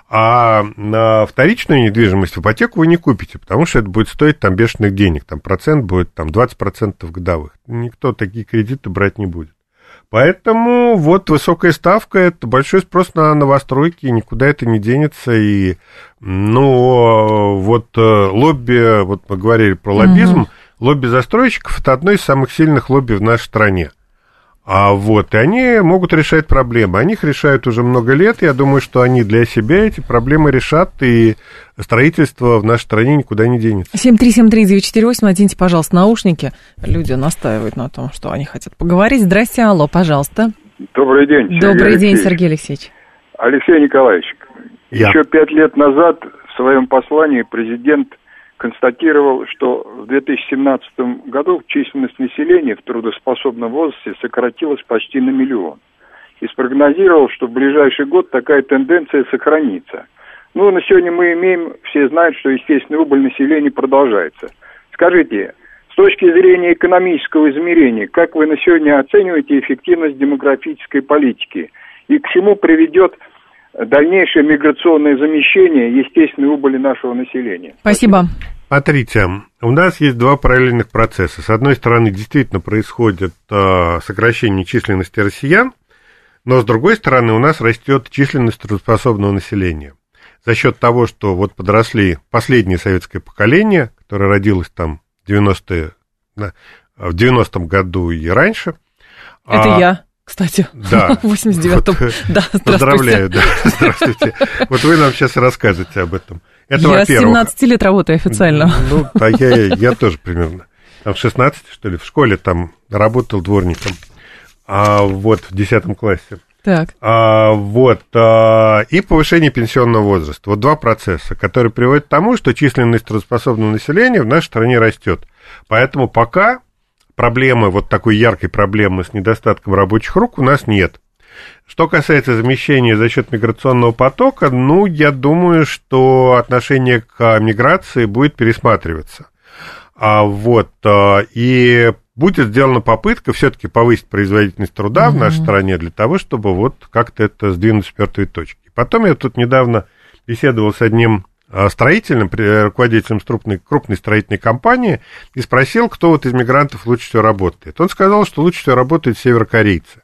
а на вторичную недвижимость в ипотеку вы не купите, потому что это будет стоить там бешеных денег, там процент будет там двадцать процентов годовых. Никто такие кредиты брать не будет. Поэтому вот высокая ставка – это большой спрос на новостройки, никуда это не денется. И, ну, вот лобби, вот мы говорили про лоббизм, угу. лобби застройщиков – это одно из самых сильных лобби в нашей стране. А вот, и они могут решать проблемы. Они их решают уже много лет. Я думаю, что они для себя эти проблемы решат, и строительство в нашей стране никуда не денется. семь три семь три девять четыре восемь, оденьте, пожалуйста, наушники. Люди настаивают на том, что они хотят поговорить. Здрасте, алло, пожалуйста. Добрый день, Сергей Добрый Алексеевич. день, Сергей Алексеевич. Алексей Николаевич, Я. еще пять лет назад в своем послании президент констатировал, что в две тысячи семнадцатом году численность населения в трудоспособном возрасте сократилась почти на миллион. И спрогнозировал, что в ближайший год такая тенденция сохранится. Ну, на сегодня мы имеем, все знают, что естественный убыль населения продолжается. Скажите, с точки зрения экономического измерения, как вы на сегодня оцениваете эффективность демографической политики? И к чему приведет дальнейшее миграционное замещение естественной убыли нашего населения? Спасибо. Смотрите, у нас есть два параллельных процесса. С одной стороны, действительно происходит э, сокращение численности россиян, но с другой стороны, у нас растет численность трудоспособного населения. За счет того, что вот подросли последнее советское поколение, которое родилось там в девяностые, в девяностом году и раньше. Это а, я, кстати, да, в восемьдесят девятом. Вот, да, поздравляю, да, здравствуйте. Вот вы нам сейчас расскажете об этом. Это, я во-первых. с семнадцати лет работаю официально. Ну, а я, я тоже примерно. Там в шестнадцати, что ли, в школе там работал дворником. А вот в десятом классе. Так. А, вот, а, и повышение пенсионного возраста. Вот два процесса, которые приводят к тому, что численность трудоспособного населения в нашей стране растет. Поэтому пока проблемы, вот такой яркой проблемы с недостатком рабочих рук у нас нет. Что касается замещения за счет миграционного потока, ну, я думаю, что отношение к миграции будет пересматриваться. А, вот, а, и будет сделана попытка все-таки повысить производительность труда mm-hmm. в нашей стране для того, чтобы вот как-то это сдвинуть с мертвой точки. Потом я тут недавно беседовал с одним строителем, руководителем крупной, крупной строительной компании, и спросил, кто вот из мигрантов лучше всего работает. Он сказал, что лучше всего работают северокорейцы.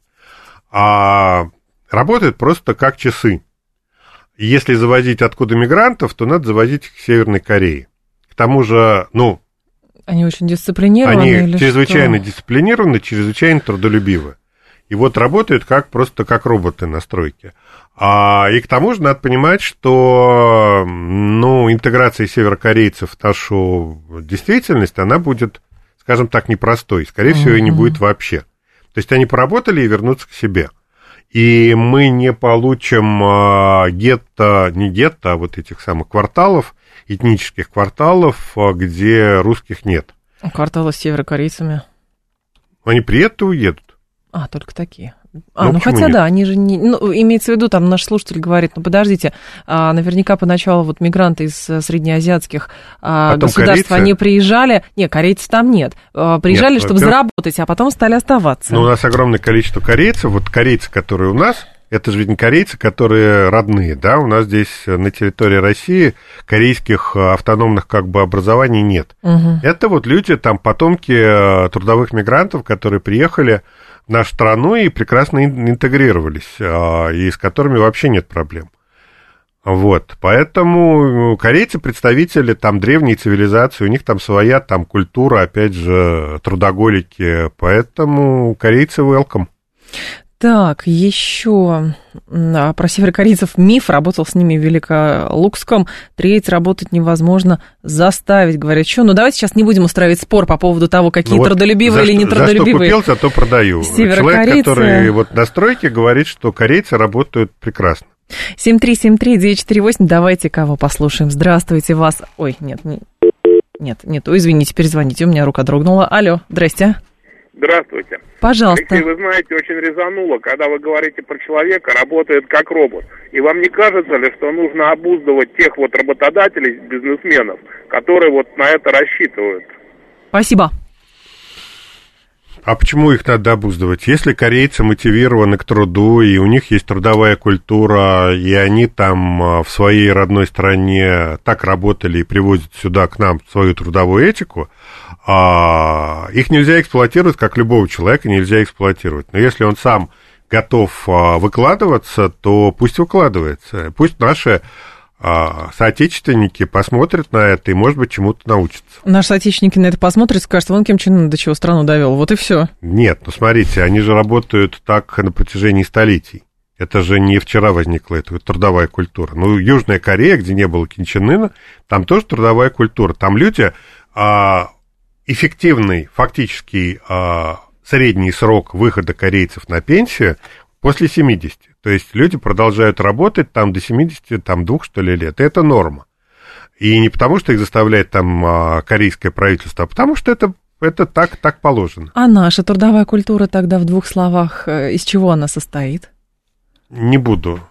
А работают просто как часы. И если завозить откуда мигрантов, то надо завозить их к Северной Корее. К тому же, ну... Они очень дисциплинированы? Они или чрезвычайно что? дисциплинированы, чрезвычайно трудолюбивы. И вот работают как просто как роботы на стройке. А, и к тому же надо понимать, что ну, интеграция северокорейцев в нашу действительность, она будет, скажем так, непростой. Скорее всего, и не будет вообще. То есть они поработали и вернутся к себе. И мы не получим а, гетто, не гетто, а вот этих самых кварталов, этнических кварталов, где русских нет. Кварталы с северокорейцами? Они приедут и уедут. А, только такие. А, ну, ну хотя нет? да, они же не... Ну, имеется в виду, там наш слушатель говорит, ну, подождите, а, наверняка поначалу вот мигранты из среднеазиатских а, государств, корейцы? Они приезжали... Не, корейцев там нет. А, приезжали, нет, чтобы заработать, а потом стали оставаться. Ну, у нас огромное количество корейцев. Вот корейцы, которые у нас, это же ведь не корейцы, которые родные, да? У нас здесь на территории России корейских автономных как бы образований нет. Угу. Это вот люди, там, потомки трудовых мигрантов, которые приехали в нашу страну и прекрасно интегрировались, и с которыми вообще нет проблем. Вот, поэтому корейцы представители там древней цивилизации, у них там своя там культура, опять же, трудоголики, поэтому корейцы welcome. Так, еще про северокорейцев миф, работал с ними в Великолукском, треть работать невозможно заставить, говорят, что, ну давайте сейчас не будем устраивать спор по поводу того, какие ну, трудолюбивые или нетрудолюбивые. За что купил, зато продаю. Человек, который вот на стройке говорит, что корейцы работают прекрасно. семь три семь три девять четыре восемь, давайте кого послушаем. Здравствуйте, вас... Ой, нет, не... нет, нет, ой, извините, перезвоните, у меня рука дрогнула. Алло, здрасте. Здравствуйте. Пожалуйста. Алексей, вы знаете, очень резануло, когда вы говорите про человека, работает как робот. И вам не кажется ли, что нужно обуздывать тех вот работодателей, бизнесменов, которые вот на это рассчитывают? Спасибо. А почему их надо обуздывать? Если корейцы мотивированы к труду, и у них есть трудовая культура, и они там в своей родной стране так работали и привозят сюда к нам свою трудовую этику, а, их нельзя эксплуатировать, как любого человека нельзя эксплуатировать. Но если он сам готов выкладываться, то пусть выкладывается. Пусть наши соотечественники посмотрят на это и, может быть, чему-то научатся. Наши соотечественники на это посмотрят и скажут, вон Ким Чен Ын до чего страну довел, вот и все. Нет, ну смотрите, они же работают так на протяжении столетий. Это же не вчера возникла эта трудовая культура. Ну, Южная Корея, где не было Ким Чен Ына, там тоже трудовая культура. Там люди, а, эффективный, фактический а, средний срок выхода корейцев на пенсию после семидесяти. То есть люди продолжают работать там до семидесяти, там, двух, что ли, лет. И это норма. И не потому, что их заставляет там а, корейское правительство, а потому что это, это так, так положено. А наша трудовая культура тогда в двух словах, из чего она состоит? Не буду.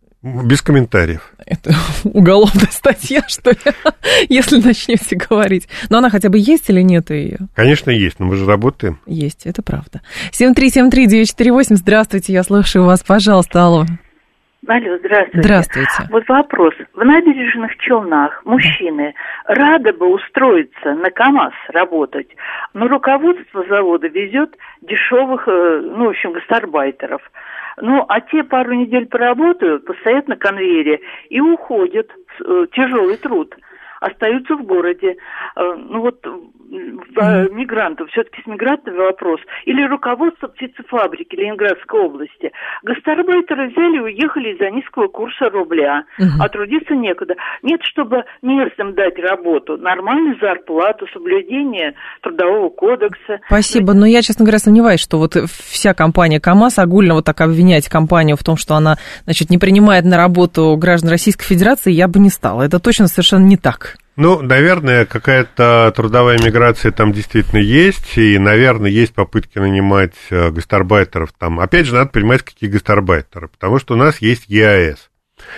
Без комментариев. Это уголовная статья, что ли, если начнете говорить. Но она хотя бы есть или нет ее? Конечно, есть, но мы же работаем. Есть, это правда. семь три семь три девять четыре восемь, здравствуйте, я слушаю вас, пожалуйста, алло. Алло, здравствуйте. Здравствуйте. Вот вопрос. В набережных Челнах мужчины рады бы устроиться на КАМАЗ работать, но руководство завода везет дешевых, ну, в общем, гастарбайтеров. Ну, а те пару недель поработают, постоят на конвейере и уходят в тяжелый труд. Остаются в городе. Ну вот mm-hmm. мигрантов, все-таки с мигрантами вопрос. Или руководство птицефабрики Ленинградской области. Гастарбайтеры взяли и уехали из-за низкого курса рубля, mm-hmm. а трудиться некуда. Нет, чтобы местным дать работу, нормальную зарплату, соблюдение трудового кодекса. Спасибо, но я, честно говоря, сомневаюсь, что вот вся компания КАМАЗ, огульно вот так обвинять компанию в том, что она, значит, не принимает на работу граждан Российской Федерации, я бы не стала. Это точно совершенно не так. Ну, наверное, какая-то трудовая миграция там действительно есть, и, наверное, есть попытки нанимать гастарбайтеров там. Опять же, надо понимать, какие гастарбайтеры, потому что у нас есть ЕАЭС.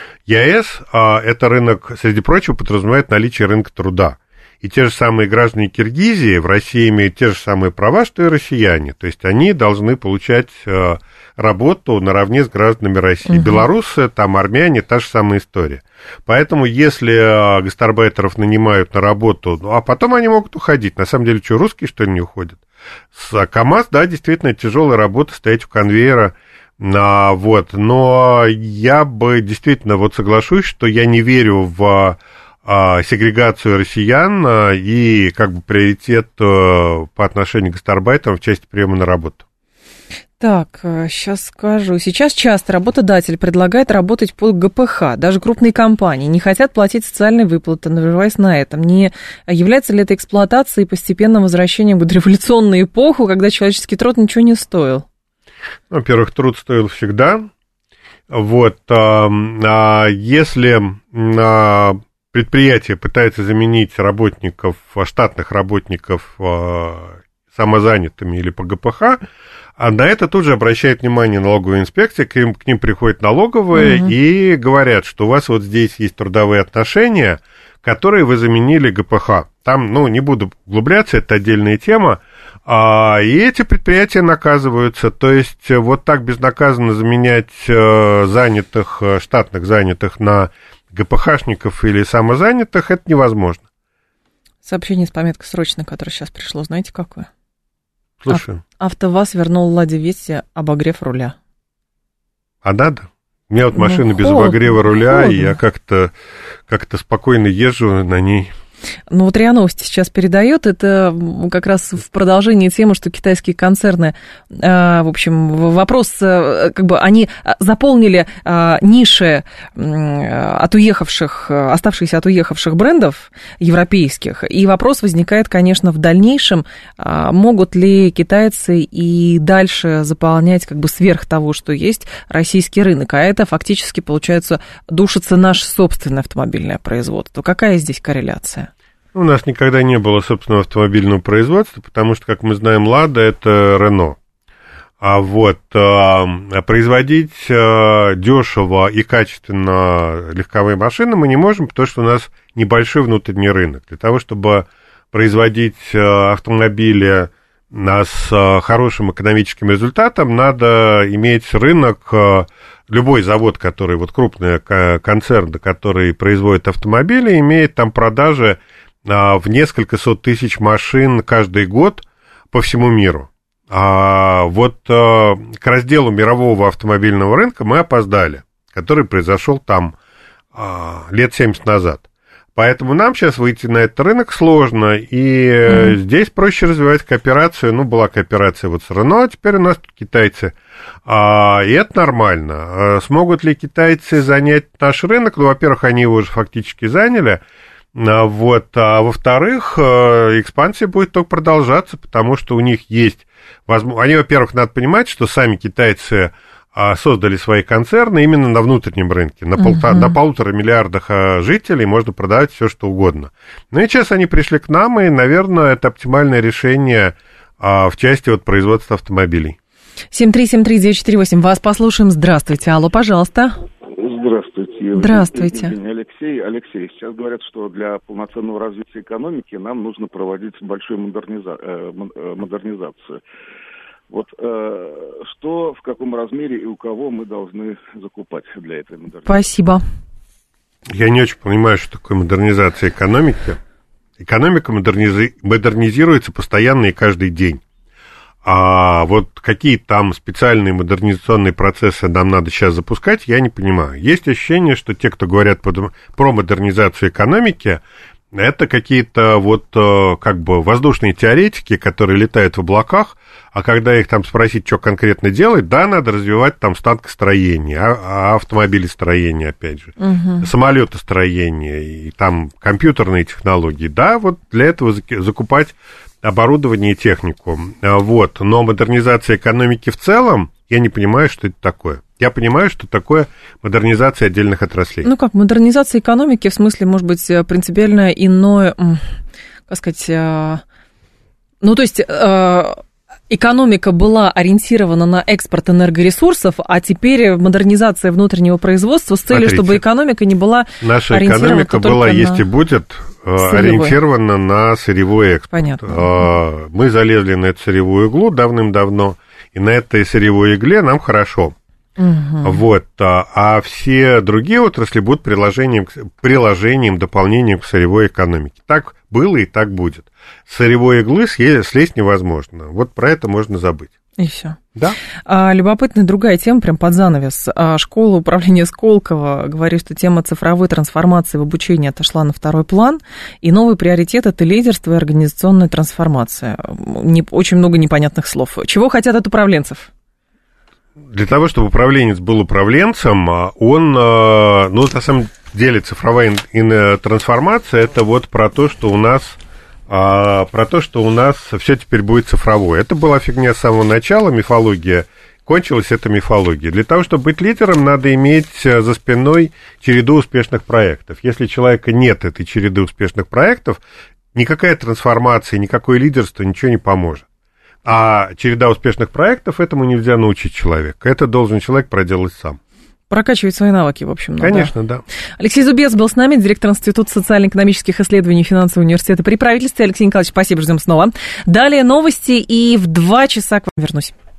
ЕАЭС, это рынок, среди прочего, подразумевает наличие рынка труда. И те же самые граждане Киргизии в России имеют те же самые права, что и россияне. То есть они должны получать работу наравне с гражданами России. Угу. Белорусы, там армяне, та же самая история. Поэтому если гастарбайтеров нанимают на работу, ну, а потом они могут уходить. На самом деле, что, русские, что ли, не уходят? С КАМАЗ, да, действительно тяжелая работа, стоять у конвейера. А, вот. Но я бы действительно вот соглашусь, что я не верю в сегрегацию россиян и как бы приоритет по отношению к гастарбайтерам в части приема на работу. Так, сейчас скажу. Сейчас часто работодатель предлагает работать по ГПХ. Даже крупные компании не хотят платить социальные выплаты, наживаясь на этом. Не является ли это эксплуатацией и постепенным возвращением в дореволюционную эпоху, когда человеческий труд ничего не стоил? Во-первых, труд стоил всегда. Вот. А если предприятие пытается заменить работников, штатных работников самозанятыми или по ГПХ, а на это тут же обращает внимание налоговая инспекция, к ним, к ним приходят налоговые угу. и говорят, что у вас вот здесь есть трудовые отношения, которые вы заменили ГПХ. Там, ну, не буду углубляться, это отдельная тема, а, и эти предприятия наказываются. То есть вот так безнаказанно заменять занятых, штатных занятых на ГПХшников или самозанятых, это невозможно. Сообщение с пометкой «Срочно», которое сейчас пришло, знаете, какое? Слушаю. АвтоВАЗ вернул Ладе Вести обогрев руля. А надо? У меня вот машина ну, без холодно, обогрева руля, холодно. И я как-то, как-то спокойно езжу на ней. Ну вот РИА Новости сейчас передает, это как раз в продолжении темы, что китайские концерны, в общем, вопрос, как бы они заполнили ниши от уехавших, оставшихся от уехавших брендов европейских, и вопрос возникает, конечно, в дальнейшем, могут ли китайцы и дальше заполнять как бы сверх того, что есть, российский рынок, а это фактически, получается, душится наше собственное автомобильное производство. Какая здесь корреляция? У нас никогда не было собственного автомобильного производства, потому что, как мы знаем, «Лада» — это «Рено». А вот а, производить а, дешево и качественно легковые машины мы не можем, потому что у нас небольшой внутренний рынок. Для того, чтобы производить а, автомобили а, с а, хорошим экономическим результатом, надо иметь рынок. А, любой завод, который, вот крупный концерн, который производит автомобили, имеет там продажи в несколько сот тысяч машин каждый год по всему миру. А вот к разделу мирового автомобильного рынка мы опоздали, который произошел там а, лет семьдесят назад. Поэтому нам сейчас выйти на этот рынок сложно, и mm-hmm. здесь проще развивать кооперацию. Ну, была кооперация вот с Рено, а теперь у нас тут китайцы. А, и это нормально. А смогут ли китайцы занять наш рынок? Ну, во-первых, они его уже фактически заняли. А, вот. А во-вторых, экспансия будет только продолжаться, потому что у них есть возможность. Они, во-первых, надо понимать, что сами китайцы создали свои концерны именно на внутреннем рынке. На, полта, uh-huh. на полутора миллиардах жителей можно продавать все, что угодно. Ну и сейчас они пришли к нам, и, наверное, это оптимальное решение а, в части вот, производства автомобилей. семь три семь три девять четыре восемь. Вас послушаем. Здравствуйте. Алло, пожалуйста. Здравствуйте. Здравствуйте. Алексей. Алексей, сейчас говорят, что для полноценного развития экономики нам нужно проводить большую модерниза... модернизацию. Вот э, что, в каком размере и у кого мы должны закупать для этой модернизации? Спасибо. Я не очень понимаю, что такое модернизация экономики. Экономика модернизи... модернизируется постоянно и каждый день. А вот какие там специальные модернизационные процессы нам надо сейчас запускать, я не понимаю. Есть ощущение, что те, кто говорят про модернизацию экономики, это какие-то вот как бы воздушные теоретики, которые летают в облаках, а когда их там спросить, что конкретно делать, да, надо развивать там станкостроение, а, автомобилестроение, опять же, угу. самолетостроение и там компьютерные технологии, да, вот для этого закупать оборудование и технику, вот, но модернизация экономики в целом, я не понимаю, что это такое. Я понимаю, что такое модернизация отдельных отраслей. Ну как, модернизация экономики, в смысле, может быть, принципиально иное, как сказать, ну то есть экономика была ориентирована на экспорт энергоресурсов, а теперь модернизация внутреннего производства с целью, Смотрите, чтобы экономика не была наша ориентирована экономика была, на... есть и будет сырьевой. Ориентирована на сырьевой экспорт. Понятно. Мы залезли на эту сырьевую иглу давным-давно, и на этой сырьевой игле нам хорошо. Угу. Вот, а, а все другие отрасли будут приложением, приложением, дополнением к сырьевой экономике. Так было и так будет. С сырьевой иглы слезть невозможно. Вот про это можно забыть. И все. Да. А, любопытная другая тема, прям под занавес. А, школа управления Сколково говорит, что тема цифровой трансформации в обучении отошла на второй план, и новый приоритет – это лидерство и организационная трансформация. Не, очень много непонятных слов. Чего хотят от управленцев? Для того, чтобы управленец был управленцем, он, ну, на самом деле, цифровая трансформация – это вот про то, что у нас, про то, что у нас все теперь будет цифровое. Это была фигня с самого начала, мифология, кончилась эта мифология. Для того, чтобы быть лидером, надо иметь за спиной череду успешных проектов. Если у человека нет этой череды успешных проектов, никакая трансформация, никакое лидерство ничего не поможет. А череда успешных проектов, этому нельзя научить человека. Это должен человек проделать сам. Прокачивать свои навыки, в общем. Ну, Конечно, да. да. Алексей Зубец был с нами, директор Института социально-экономических исследований Финансового университета при правительстве. Алексей Николаевич, спасибо, ждем снова. Далее новости, и в два часа к вам вернусь.